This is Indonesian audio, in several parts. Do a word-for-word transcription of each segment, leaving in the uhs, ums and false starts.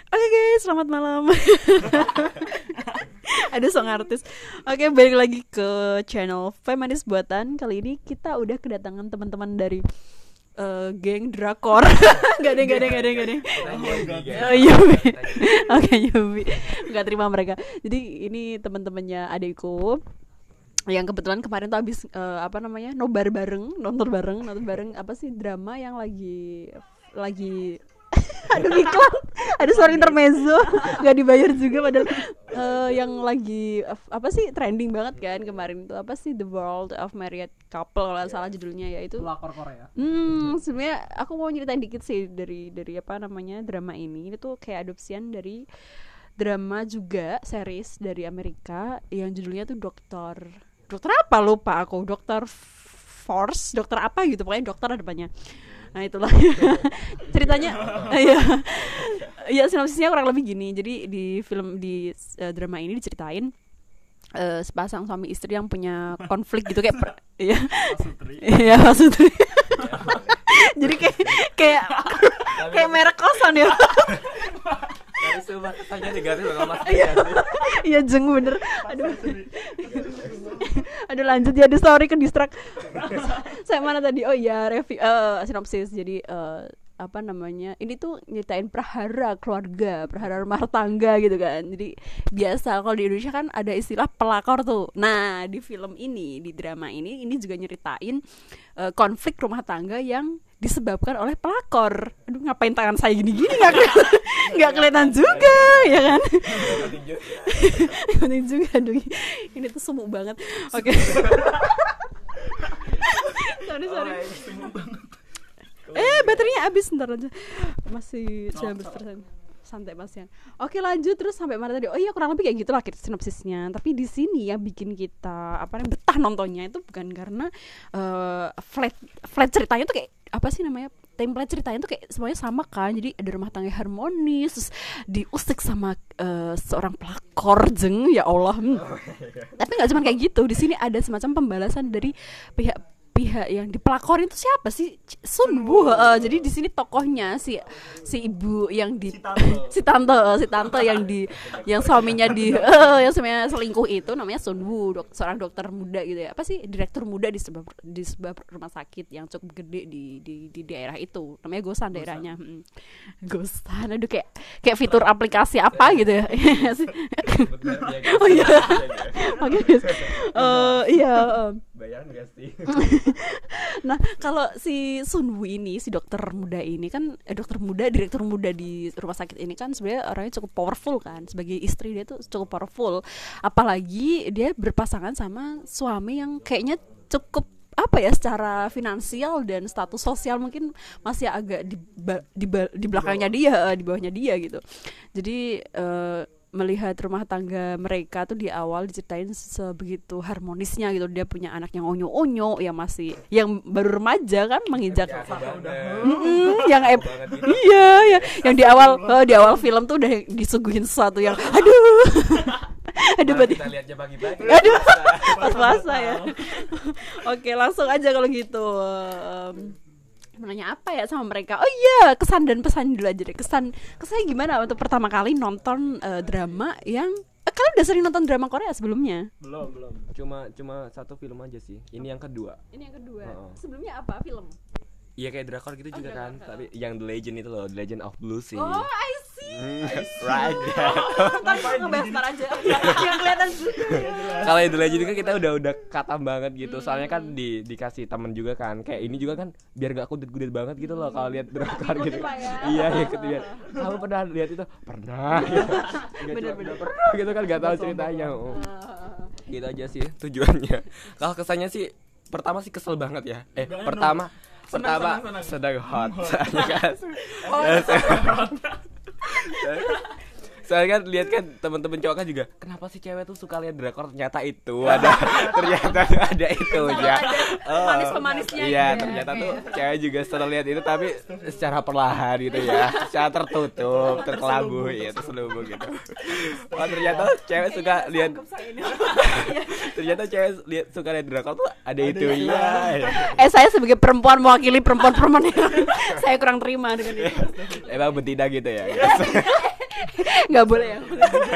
Oke guys, selamat malam. Ada song artis. Oke, balik lagi ke channel Feminis Buatan. Kali ini kita udah kedatangan teman-teman dari uh, geng drakor. Gak deh, gak deh, gak deh, gak deh. Oh Yubi. Oke Yubi. Gak terima mereka. Jadi ini teman-temannya adikku yang kebetulan kemarin tuh habis uh, apa namanya nobar bareng, nonton bareng, nonton bareng apa sih drama yang lagi lagi aduh iklan, ada suara intermezzo, nggak dibayar juga padahal uh, yang lagi uh, apa sih trending banget kan kemarin itu apa sih The World of Married Couple kalau salah judulnya ya itu. Pelakor Korea. Hmm, sebenarnya aku mau nyeritain dikit sih dari dari apa namanya drama ini. Ini tuh kayak adopsian dari drama juga series dari Amerika yang judulnya tuh Dokter Dokter apa lupa aku, Dokter Force, dokter apa gitu pokoknya dokter ada depannya. Nah itulah ceritanya. Iya, ya sinopsisnya kurang lebih gini. Jadi di film di uh, drama ini diceritain uh, sepasang suami istri yang punya konflik gitu kayak per, ya, iya maksudnya. Jadi kayak kayak kayak merek kosan ya. Tapi sumpah kesannya negatif banget Mas. Iya jeng bener. Aduh. Aduh lanjut ya, aduh sorry ke distract. Saya mana tadi? Oh iya review uh, sinopsis. Jadi uh, apa namanya? Ini tuh nyeritain prahara keluarga, prahara rumah tangga gitu kan. Jadi biasa kalau di Indonesia kan ada istilah pelakor tuh. Nah, di film ini, di drama ini ini juga nyeritain uh, konflik rumah tangga yang disebabkan oleh pelakor. Aduh ngapain tangan saya gini-gini nggak kelihatan, nggak kelihatan juga ya kan? Penting juga, aduh ini tuh sumuk banget. Oke. Okay. sorry sorry. Eh baterainya habis ntar aja. Masih sembilan belas persen. Santai Mas Yan. Oke lanjut terus sampai mana tadi? Oh iya kurang lebih kayak gitulah sinopsisnya. Tapi di sini ya bikin kita apa namanya betah nontonnya itu bukan karena uh, flat flat ceritanya tuh kayak apa sih namanya template ceritanya tuh kayak semuanya sama kan. Jadi ada rumah tangga harmonis terus diusik sama uh, seorang pelakor jeng ya Allah. Hmm. Tapi nggak cuma kayak gitu. Di sini ada semacam pembalasan dari pihak pihak yang dipelakorin itu siapa sih? Sun Woo. Uh, jadi di sini tokohnya si si ibu yang di si tante uh, si tante yang di yang suaminya di uh, yang suaminya selingkuh itu namanya Sun Woo, dok, seorang dokter muda gitu ya. Apa sih direktur muda di sebuah di sebuah rumah sakit yang cukup gede di di di daerah itu. Namanya Gosan daerahnya. Hmm. Gosan. Aduh kayak kayak fitur aplikasi apa gitu ya. Oh iya. Oke. Eh iya Bayang gak sih? Nah kalau si Sun Woo ini si dokter muda ini kan eh, dokter muda direktur muda di rumah sakit ini kan sebenarnya orangnya cukup powerful kan, sebagai istri dia tuh cukup powerful, apalagi dia berpasangan sama suami yang kayaknya cukup apa ya secara finansial dan status sosial mungkin masih agak di di, di belakangnya dia, di bawahnya dia gitu. Jadi uh, melihat rumah tangga mereka tuh di awal diceritain sebegitu harmonisnya gitu. Dia punya anak yang onyo-onyo yang masih yang baru remaja kan menginjak mm-hmm, yang e- iya ya yang di awal oh, di awal film tuh udah disuguhin sesuatu yang aduh aduh berarti kita lihatnya pagi-pagi. Aduh pas puasa ya. Oke langsung aja kalau gitu. Um, menanya apa ya sama mereka. Oh iya kesan dan pesan dulu aja deh. Kesan kesannya gimana untuk pertama kali nonton uh, drama yang eh, kalian udah sering nonton drama Korea sebelumnya? Belum belum cuma cuma satu film aja sih. Ini yang kedua. Ini yang kedua. Oh. Sebelumnya apa film? Iya kayak drakor gitu Oh, juga drakor. kan. Tapi yang The Legend itu loh, The Legend of Blue sih. Oh I see. Hmm, right. Ntar kita ngebahas ntar aja. Yang kelihatan juga. Kalau yang The Legend kan kita udah udah katam banget gitu. Soalnya kan di dikasih temen juga kan. Kayak ini juga kan biar gak kudet-kudet banget gitu loh kalau lihat drakor gitu. ya. Iya ya ketiban. Kamu pernah lihat itu? Pernah. Bener-bener. Pernah gitu kan gak tahu ceritanya. Oh. Gitu aja sih tujuannya. Kalau kesannya sih pertama sih kesel banget ya. Eh pertama pertama sedang hot. Soalnya kan. Saya kan lihat kan teman-teman cowok kan juga kenapa sih cewek tuh suka lihat drakor, ternyata itu ada ternyata ada itu ya. Oh, Manis pemanisnya. Iya, ternyata tuh cewek juga setelah lihat itu tapi secara perlahan gitu ya, secara tertutup, terkelabu ya, terselubung gitu. Oh, ternyata cewek suka lihat ternyata cewek lihat suka lihat drakor tuh ada itu ya. Eh saya sebagai perempuan mewakili perempuan-perempuan yang saya kurang terima dengan itu. Emang betina gitu ya. Nggak boleh ya.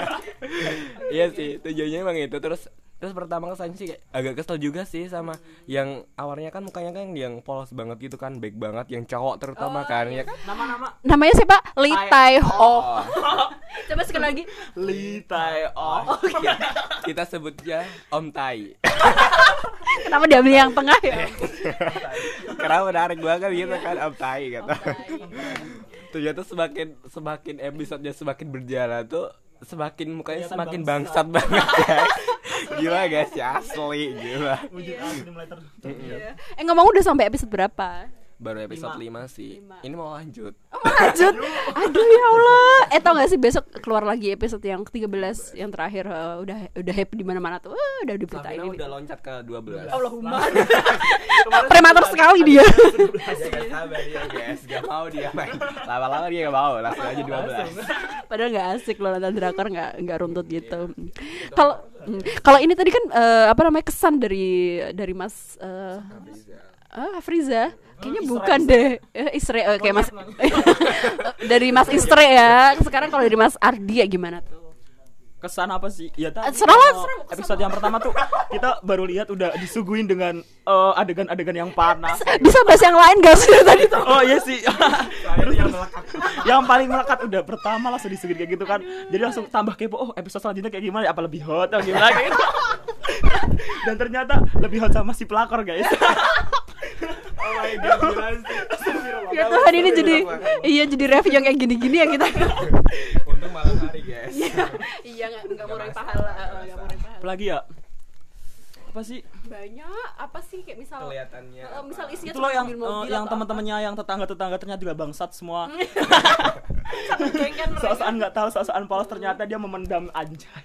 Iya sih, tujuannya emang itu. Terus terus pertama kesan sih kayak agak kesel juga sih sama yang awalnya kan mukanya kan yang polos banget gitu kan, baik banget yang cowok terutama kan ya kan. Nama-nama Namanya siapa? Lee Tai Ho. Oh, Coba sekali lagi. Lee Tai Oh. kita sebutnya Om Tai. Kenapa diambil yang tengah ya? Karena menarik banget gitu kan Om Tai gitu. Ternyata semakin semakin episodenya semakin berjalan tuh semakin mukanya Kelihatan semakin bangsat. bangsat banget guys. Gila guys, ya asli gila. Wujud asli mulai ter. Iya. Eh ngomong udah sampai episode berapa? Baru episode lima sih. Lima. Ini mau lanjut. Oh, lanjut. Aduh ya Allah. Eh tau gak sih besok keluar lagi episode yang ketiga belas yang terakhir uh, udah udah happy di mana-mana tuh. Uh, udah diberitain Sabina ini. udah loncat ke dua belas. Allahumma. Prematur sekali dia. Ya gak sabar dia guys, gak mau dia main. Lama-lama dia gak mau, langsung aja dua belas. Padahal nggak asik loh nonton drakor, nggak nggak runtut gitu. Kalau mm, kalau ini tadi kan eh, apa namanya kesan dari dari Mas eh, ah Friza kayaknya bukan deh eh, Isre eh, kayak Mas dari Mas Istre ya. Sekarang kalau dari Mas Ardi ya gimana tuh? Kesan apa sih? Ya tadi Eh, serah lah, oh, serah, kesan episode yang pertama tuh kita baru lihat udah disuguhin dengan eh, adegan-adegan yang panas. Bisa bahas yang lain gak sih tadi tuh? Oh iya sih. Terus yang melekat. Yang paling melekat udah pertama langsung disuguhin kayak gitu kan. Jadi langsung tambah kepo. Oh episode selanjutnya kayak gimana? Apa lebih hot atau gimana kayak gitu. Dan ternyata lebih hot sama si pelakor guys. Oh my god, gila sih. Ya Tuhan ini jadi iya jadi review yang kayak gini-gini ya kita. Untung malam hari guys. Iya nggak nggak mau pahala, nggak mau pahala. Apalagi ya? Apa sih? Banyak apa sih kayak misal Kelihatannya eh, misal isinya Itu loh yang mobil-mobil eh, yang atau teman-temannya yang tetangga-tetangga ternyata juga bangsat semua. satu geng kan mereka. Sosokan nggak tahu, sosokan polos ternyata dia memendam anjay.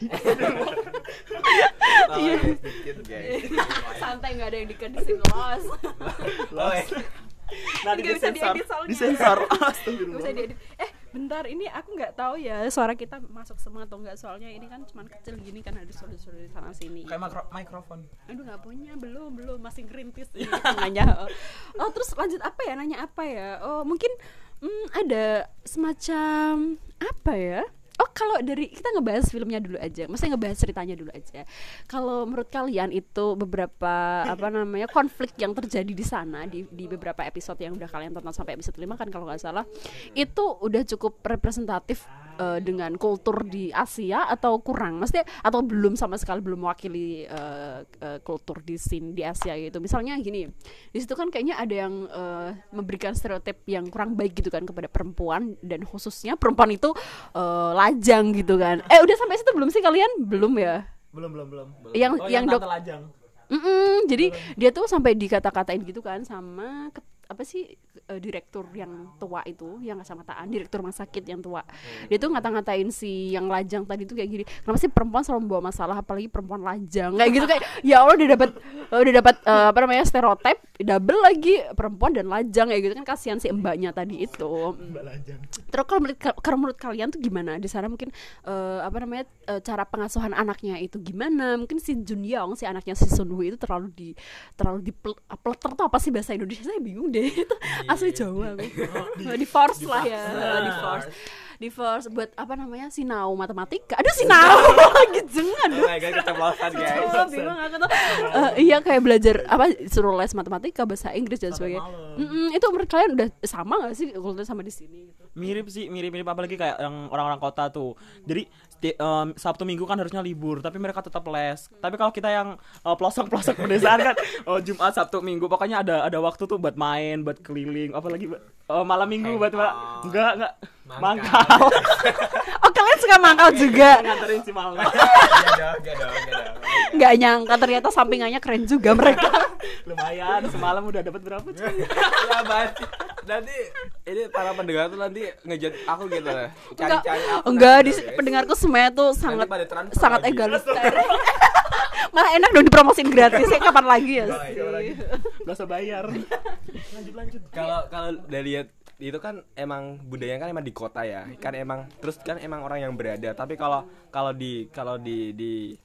Iya. Sedikit guys. Santai nggak ada yang dikasih los. Oh, eh. Nanti Nggak bisa disensor, diedit soalnya. disensor. Nggak bisa Astagfirullah. diedit. Eh bentar ini aku nggak tahu ya suara kita masuk semua atau nggak soalnya ini kan cuma kecil gini kan ada suara-suara di sana sini. Kayak makro- mikrofon. Aduh nggak punya belum belum masih ngerintis ini tengahnya. Oh terus lanjut apa ya nanya apa ya? Oh mungkin hmm, ada semacam apa ya? Oh kalau dari kita ngebahas filmnya dulu aja, maksudnya ngebahas ceritanya dulu aja. Kalau menurut kalian itu beberapa apa namanya konflik yang terjadi di sana di di beberapa episode yang udah kalian tonton sampai episode lima kan kalau nggak salah, itu udah cukup representatif uh, dengan kultur di Asia atau kurang? Maksudnya atau belum sama sekali belum mewakili uh, uh, kultur di scene di Asia gitu. Misalnya gini, di situ kan kayaknya ada yang uh, memberikan stereotip yang kurang baik gitu kan kepada perempuan dan khususnya perempuan itu uh, lajang gitu kan. Eh udah sampai situ belum sih kalian? Belum ya? Belum, belum, belum. Yang Oh, yang, yang dok tante lajang. Mm-mm, jadi dia tuh sampai dikata-katain gitu kan sama ke, apa sih uh, direktur yang tua itu, yang kacamataan, direktur rumah sakit yang tua. Hmm. Dia tuh ngata-ngatain si yang lajang tadi tuh kayak gini. Kenapa sih perempuan selalu membawa masalah apalagi perempuan lajang? Kayak gitu kayak ya Allah udah dapat udah dapat uh, apa namanya stereotip double lagi perempuan dan lajang kayak gitu kan kasihan si mbaknya tadi itu. Mbak lajang. Terus kalau menurut, kalau menurut kalian tuh gimana di sana mungkin uh, apa namanya uh, cara pengasuhan anaknya itu gimana? Mungkin si Junyoung si anaknya si Sunwoo itu terlalu di terlalu di pleter tuh apa sih bahasa Indonesia saya bingung deh itu asli Jawa aku. Di force lah ya, di force. Di force buat apa namanya sinau matematika. Aduh sinau lagi jengan. Oh my god, keceplosan guys. Oh, bingung aku tuh. Uh, iya kayak belajar apa suruh les matematika, bahasa Inggris dan sebagainya. Itu menurut kalian udah sama gak sih kulturnya sama di sini gitu? Mirip sih, mirip-mirip apalagi kayak yang orang-orang kota tuh. Jadi sti- um, Sabtu Minggu kan harusnya libur, tapi mereka tetap les. Tapi kalau kita yang uh, pelosok-pelosok pedesaan kan, oh Jumat, Sabtu, Minggu, pokoknya ada ada waktu tuh buat main, buat keliling, apalagi uh, malam Minggu buat ma- enggak enggak mangkal. Oh kalian suka mangkal juga? Nganterin si Malna. Iya dong, iya dong, iya dong. Nggak nyangka ternyata sampingannya keren juga mereka. Lumayan, semalam udah dapat berapa cuy? Ya banget. Nanti ini para pendengar tuh nanti ngejat aku gitu lah. Cari-cari aku. Enggak, di nanti, guys. pendengarku semua tuh sangat pada transfer sangat lagi. egaliter. Malah enak dong dipromosin gratis ya kapan lagi ya Kapan sih? lagi? Gak usah bayar. Lanjut lanjut. Kalau kalau dari lihat itu kan emang budayanya kan emang di kota ya. Kan emang terus kan emang orang yang berada. Tapi kalau kalau di kalau di di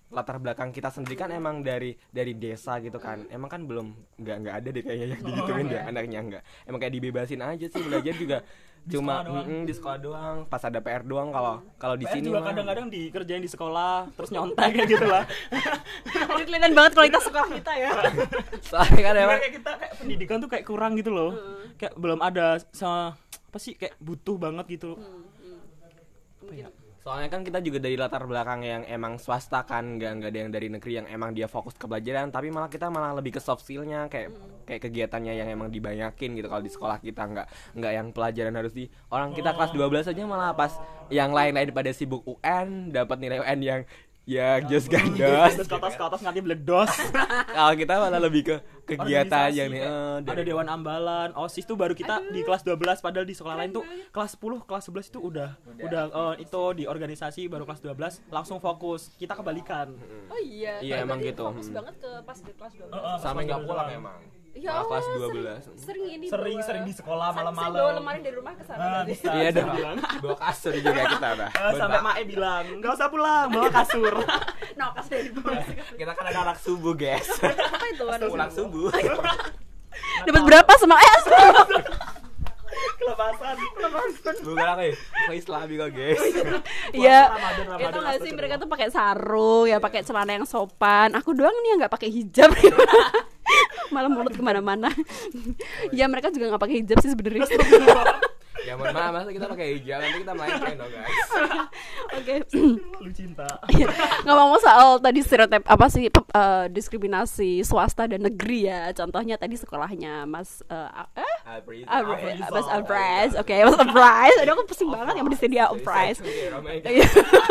latar belakang kita sendiri kan emang dari dari desa gitu kan. Emang kan belum nggak nggak ada deh kayaknya yang digituin deh anaknya enggak. Emang kayak dibebasin aja sih belajar juga Di cuma sekolah doang. mm-mm, di sekolah doang, pas ada P R doang kalau kalau di P R sini juga mah. kadang-kadang dikerjain di sekolah terus nyontek kayak gitu lah. Jadi kelihatan banget kualitas sekolah kita ya. Soalnya kan Karena emang kayak kita kayak pendidikan tuh kayak kurang gitu loh. Kayak belum ada sama apa sih kayak butuh banget gitu. Apa ya? soalnya kan kita juga dari latar belakang yang emang swasta kan, nggak nggak ada yang dari negeri yang emang dia fokus ke pelajaran, tapi malah kita malah lebih ke soft skillnya kayak kayak kegiatannya yang emang dibanyakin gitu. Kalau di sekolah kita nggak nggak yang pelajaran harus di orang kita kelas dua belas aja malah pas yang lain-lain pada sibuk U N dapat nilai U N yang ya jos gandos. Terus ke atas ke atas nganti meledos. Kalau kita malah lebih ke kegiatan Organisasi, yang nih kayak eh, ada dari- dewan ambalan, OSIS tuh baru kita di kelas dua belas, padahal di sekolah lain tuh kelas sepuluh, kelas sebelas itu udah udah eh, itu di organisasi, baru kelas dua belas langsung fokus. Kita kebalikan. Oh iya. Iya, Tapi emang berarti gitu. Fokus Hmm. banget ke pas di kelas dua belas. Heeh, sampai nggak pas pulang dua belas. emang. Ya Malah kelas Allah, dua sering- belas. Sering ini Sering bawa- sering di sekolah Saya- Saya bawa malam-malam. lemari dari rumah ke sana. Ah, berarti. bisa. Iya bisa dong. bilang. Bawa kasur juga kita dah. Eh, sampai Mae bilang, "Enggak usah pulang, bawa kasur." No, kas dari bawah. Kita kan ada anak subuh, guys. Apa itu? Pulang subuh. Dapat berapa sama eh Kelepasan. Bukan lagi. Kok Islami kok, guys. Iya. Ramadan, Ramadan, Itu nggak sih astagfirullah. mereka tuh pakai sarung ya, pakai celana yang sopan. Aku doang nih yang nggak pakai hijab. Malah mulut kemana-mana. Ya mereka juga nggak pakai hijab sih sebenarnya. Ya mohon maaf, masa kita pakai hijab nanti kita main dong, guys. Oke. Lu cinta. Ngomong soal tadi stereotip apa sih pe- eh, diskriminasi swasta dan negeri ya. Contohnya tadi sekolahnya Mas eh, eh Albrecht. Albrecht, Mas Albrecht. Oke, Mas Albrecht. Aduh aku pusing banget yang di dia Albrecht. Iya.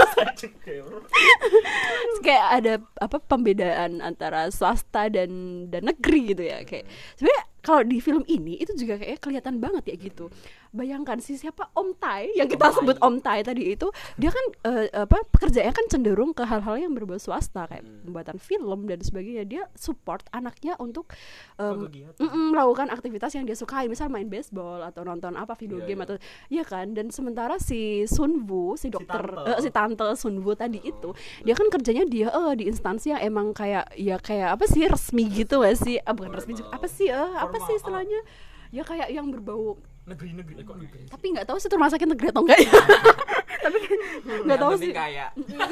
Kayak ada apa pembedaan antara swasta dan dan negeri gitu ya, kayak sebenarnya kalau di film ini itu juga kayak kelihatan banget ya gitu. Bayangkan sih siapa Om Tai yang kita sebut Om Tai tadi itu, dia kan eh, apa pekerjaannya kan cenderung ke hal-hal yang berbau swasta kayak pembuatan film dan sebagainya. Dia support anaknya untuk em, Kegiatan. mm-mm, melakukan aktivitas yang dia sukai, misal main baseball atau nonton apa video Iya, game iya. atau iya kan. Dan sementara si Sun Woo, si dokter tante. eh, si tante Sun Woo tadi itu, dia kan kerjanya dia eh di instansi yang emang kayak ya kayak apa sih resmi gitu gak sih? Ah, bukan resmi juga. Apa sih eh apa sih Formal. istilahnya? Ya kayak yang berbau, Negeri-negeri, eh, kok negeri? tapi nggak tahu sih itu rumah sakit negeri atau enggak ya. Tapi nggak tahu sih. Kayak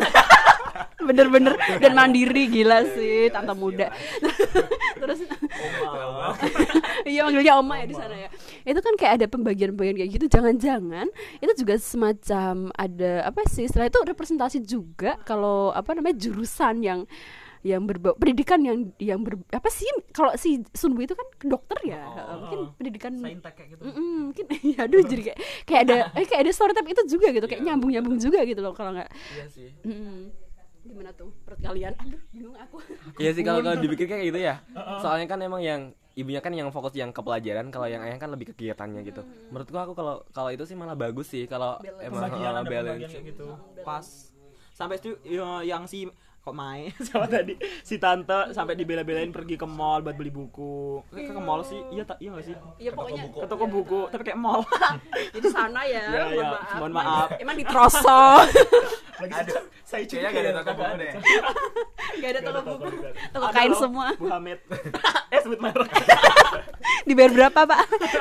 Bener-bener dan mandiri gila sih tante muda. Terus Oma. iya manggilnya oma ya di sana ya. Itu kan kayak ada pembagian-pembagian kayak gitu. Jangan-jangan itu juga semacam ada apa sih? Setelah itu representasi juga kalau apa namanya jurusan yang yang berbau pendidikan yang yang ber, apa sih kalau si Sunbu itu kan dokter ya. Oh, Mungkin oh. pendidikan Saintek kayak gitu. Mm-mm, mungkin ya aduh jadi kayak kayak ada eh, kayak ada stereotip itu juga gitu, kayak Iya. nyambung-nyambung juga gitu loh kalau nggak. iya sih. Mm. Gimana tuh perut kalian? Aduh bingung aku. Iya sih kalau kalau dipikir kayak gitu ya. Soalnya kan emang yang ibunya kan yang fokus yang ke pelajaran, kalau yang ayah kan lebih ke kegiatannya gitu. Menurutku aku kalau kalau itu sih malah bagus sih kalau Balance. emang Pembagian, uh, ada balance. pembagian kayak gitu. Pas. Sampai itu ya, yang si kok Mai sama tadi si tante sampai dibela-belain pergi ke mall buat beli buku. Ke, ke mall sih, iya tak iya nggak sih? Iya pokoknya Ke toko buku, tapi kayak mall. jadi sana ya. Ya, mohon ya, maaf. mohon maaf. Emang ditrosok. Lagi Aduh, saya kayaknya nggak ada toko buku deh. Gak ada toko buku. Toko Ada kain loh, semua. Bu Hamid. eh sebut merek. Dibayar berapa, Pak?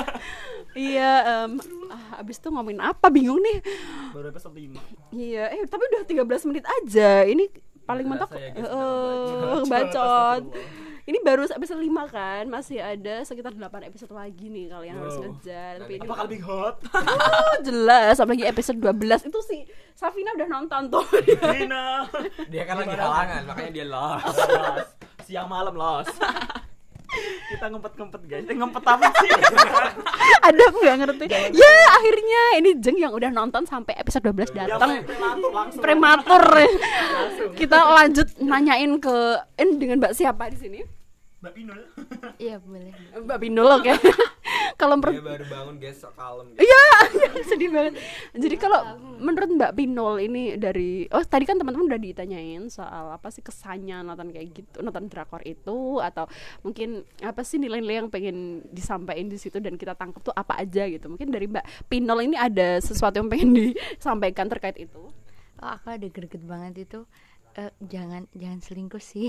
Iya, em, ah, abis itu ngomongin apa bingung nih. Baru episode lima. Iya, eh tapi udah tiga belas menit aja. Ini paling Nggak mentok terasa ya, eh guys, eh, Bacot, bacot. astagfirullah. Ini baru episode lima kan, masih ada sekitar delapan episode lagi nih kalian harus Wow. ngejar. Tapi ini Apakah lebih hot? oh, jelas, apalagi episode dua belas itu si Safina udah nonton tuh. Dina. Dia kan lagi halangan, makanya dia lost. Los. Siang malam los. Kita ngempet-ngempet guys. Eh ngempet apa sih? Ada aku nggak ngerti. Ya akhirnya ini Jeng yang udah nonton sampai episode dua belas Yang datang. prematur langsung. Prematur. Kita lanjut nanyain ke ini dengan Mbak siapa di sini? Mbak Inul. Iya boleh. Mbak Binul oke. Kalau Dia menurut baru bangun guys, sok kalem. iya sedih banget. Jadi kalau menurut Mbak Binul ini dari oh tadi kan teman-teman udah ditanyain soal apa sih kesannya nonton kayak gitu, nonton drakor itu atau mungkin apa sih nilai-nilai yang pengen disampaikan di situ dan kita tangkap tuh apa aja gitu. Mungkin dari Mbak Binul ini ada sesuatu yang pengen disampaikan terkait itu. Oh, aku ada greget banget itu. Eh, jangan jangan selingkuh sih.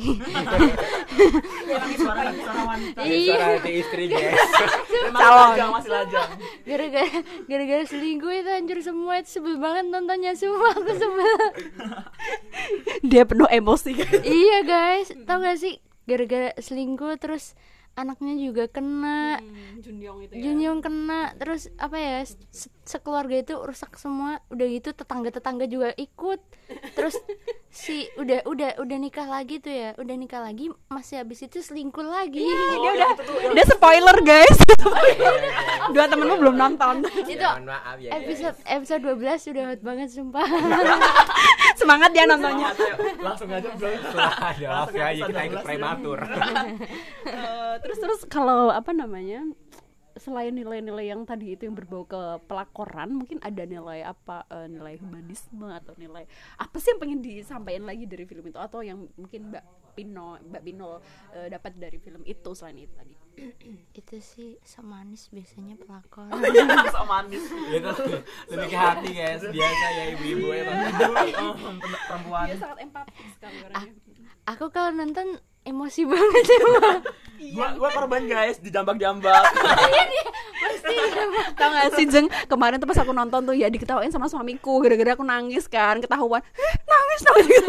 Suara suara wanita. Iya. Suara hati istri guys. Calon masih lajang. Gara-gara gara-gara selingkuh itu hancur semua, itu sebel banget nontonnya, semua aku sebel. Dia penuh emosi kan. Iya guys, tau gak sih gara-gara selingkuh terus anaknya juga kena, Hmm, Junyoung itu ya. Junyoung kena, terus apa ya, se- sekeluarga itu rusak semua. Udah gitu tetangga-tetangga juga ikut. Terus si udah udah udah nikah lagi tuh ya, udah nikah lagi masih habis itu selingkuh lagi. Dia udah dia spoiler guys. Dua temenmu belum nonton. Itu Mohon maaf ya. episode episode dua belas udah hot banget sumpah. Semangat dia nontonnya. Langsung aja bro. Ada apa aja kita ikut prematur. Eh, terus terus kalau apa namanya, selain nilai-nilai yang tadi itu yang berbau ke pelakoran, mungkin ada nilai apa, eh, nilai humanisme atau nilai apa sih yang pengen disampaikan lagi dari film itu, atau yang mungkin Mbak Pino Mbak Pino eh, dapat dari film itu selain itu tadi? Itu sih sok manis biasanya pelakor. Sok manis. Itu lebih ke hati guys. Biasa ya ibu-ibu emang. Oh, perempuan. Dia sangat empatis sekali orangnya. Aku kalau nonton emosi banget emang. Gua gua korban guys, dijambak-jambak. Tau gak sih Jeng, kemarin tuh pas aku nonton tuh ya diketawain sama suamiku gara-gara aku nangis kan, ketahuan "Eh, nangis nangis gitu.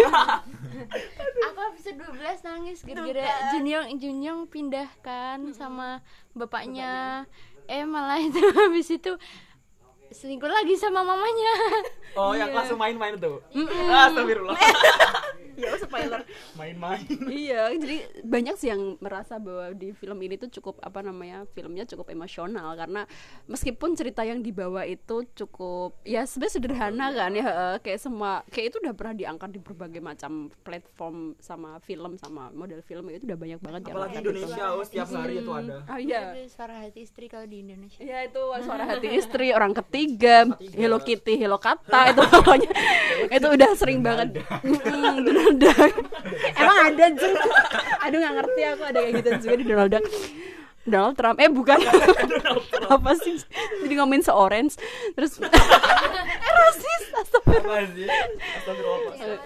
Aku episode dua belas nangis gara-gara Junyoung Junyoung pindah kan sama bapaknya. Eh malah itu habis itu selingkuh lagi sama mamanya. Oh, yang langsung main-main tuh. Astagfirullah. Ya spoiler. Main-main. Iya, jadi banyak sih yang merasa bahwa di film ini tuh cukup apa namanya, filmnya cukup emosional karena meskipun cerita yang dibawa itu cukup ya sebenarnya sederhana kan ya, heeh, kayak semua kayak itu udah pernah diangkat di berbagai macam platform sama film sama model film itu udah banyak banget yang Apalagi angkat Indonesia, oh, setiap hari itu ada. itu. Oh iya. Ada suara hati istri kalau di Indonesia. Ya itu suara hati istri, orang ketiga, Hello Kitty, Hello Kata itu pokoknya itu udah sering banget. Mm, Donald Duck. Emang ada Jeng? Aduh nggak ngerti aku ada kayak gitu juga di Donald Duck. Donald Trump, eh bukan. Apa sih? Jadi ngomongin se-orange, terus eh rasis, astagfirullah. Apa sih? Astagfirullah.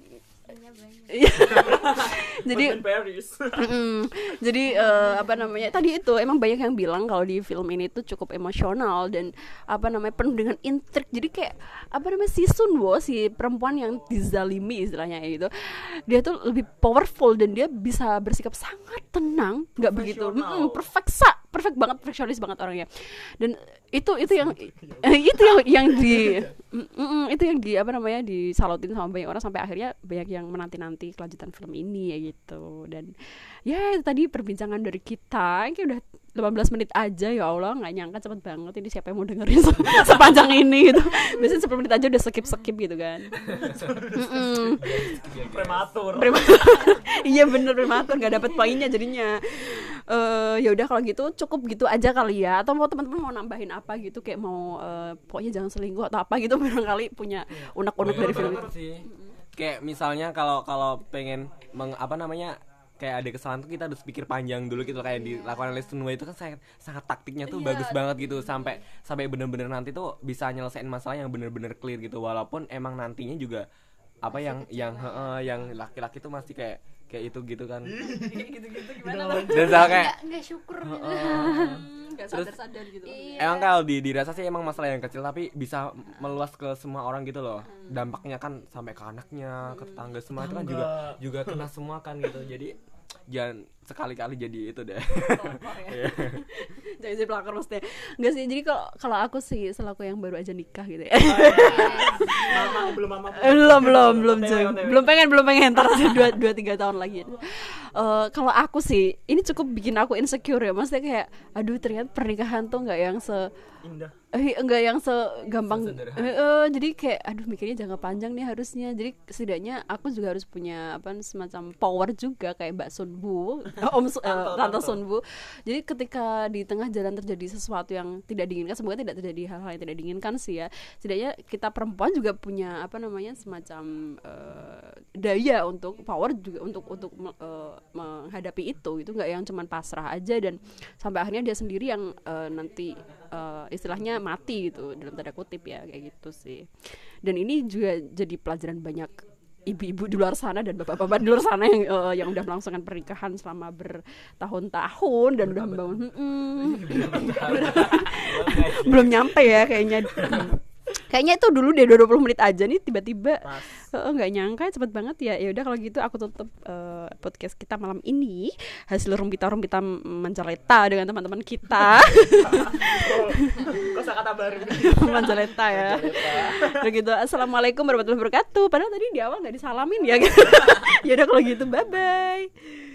Iya. Jadi Boston Paris. Mm-mm. Jadi eh, apa namanya tadi itu emang banyak yang bilang kalau di film ini tuh cukup emosional dan apa namanya penuh dengan intrik. Jadi kayak apa namanya si Sunwo, si perempuan yang dizalimi istilahnya gitu, dia tuh lebih powerful dan dia bisa bersikap sangat tenang, nggak begitu mm-mm, perfect sa, perfect banget, perfeksionis banget orangnya. Dan itu itu yang itu yang yang di mm-mm, itu yang di apa namanya disalotin sama banyak orang sampai akhirnya banyak yang menanti-nanti kelanjutan film ini ya gitu. Dan ya itu tadi perbincangan dari kita kayak udah delapan belas menit aja, ya Allah nggak nyangka cepet banget ini, siapa yang mau dengerin se- sepanjang ini gitu. Biasanya sepuluh menit aja udah skip-skip gitu kan. Mm-mm. Prematur. Prematur. Iya bener prematur, nggak dapet poinnya jadinya. Eh ya udah kalau gitu cukup gitu aja kali ya, atau mau teman-teman mau nambahin apa gitu kayak mau eh, pokoknya jangan selingkuh atau apa gitu, barangkali punya unek-unek dari film itu. Sih. Kayak misalnya kalau kalau pengen meng, apa namanya kayak ada kesalahan tuh kita harus pikir panjang dulu gitu, kayak dilakukan oleh Sunwoo itu kan sangat sangat taktiknya tuh Iya. bagus banget gitu sampai sampai bener-bener nanti tuh bisa nyelesain masalah yang bener-bener clear gitu, walaupun emang nantinya juga apa yang yang heeh, yang laki-laki tuh masih kayak kayak itu gitu kan. Gitu-gitu gimana? Dan soal kayak Nggak nggak syukur gitu. Nggak sadar-sadar gitu. Iya. emang kalau di dirasa sih emang masalah yang kecil tapi bisa meluas ke semua orang gitu loh. Dampaknya kan sampai ke anaknya, ke tetangga semua itu kan juga juga kena semua kan gitu. Jadi jangan sekali-kali jadi itu deh. Jangan jadi pelakor maksudnya. Enggak sih, jadi kalau kalau aku sih selaku yang baru aja nikah gitu ya. Mama belum mama. belum belum belum O T W, Jeng. O T W. belum pengen belum pengen ntar dua dua tiga tahun lagi. Eh, kalau aku sih ini cukup bikin aku insecure ya, maksudnya kayak aduh ternyata pernikahan tuh nggak yang se Indah. eh enggak yang segampang Sesederhana. eh, eh, jadi kayak aduh mikirnya jangka panjang nih harusnya, jadi setidaknya aku juga harus punya apa semacam power juga kayak Mbak Sunbu, Om Su- eh, Tante Sunbu. Jadi ketika di tengah jalan terjadi sesuatu yang tidak diinginkan, semoga tidak terjadi hal-hal yang tidak diinginkan sih ya, setidaknya kita perempuan juga punya apa namanya semacam eh, daya untuk power juga untuk untuk eh, menghadapi itu, itu nggak yang cuman pasrah aja dan sampai akhirnya dia sendiri yang eh, nanti eh, istilahnya mati gitu dalam tanda kutip ya, kayak gitu sih. Dan ini juga jadi pelajaran banyak ibu-ibu di luar sana dan bapak-bapak di luar sana yang uh, yang udah melangsungkan pernikahan selama bertahun-tahun dan udah membangun mm, belum nyampe ya kayaknya. Kayaknya itu dulu deh dua puluh menit aja nih tiba-tiba nggak uh, nyangka cepet banget ya. Ya udah kalau gitu aku tutup uh, podcast kita malam ini hasil rumpita-rumpita manjaleta dengan teman-teman kita. Kosakata baru. Manjaleta ya. Begitu. Assalamualaikum warahmatullahi wabarakatuh. Padahal tadi di awal nggak disalamin ya. Ya udah kalau gitu bye bye.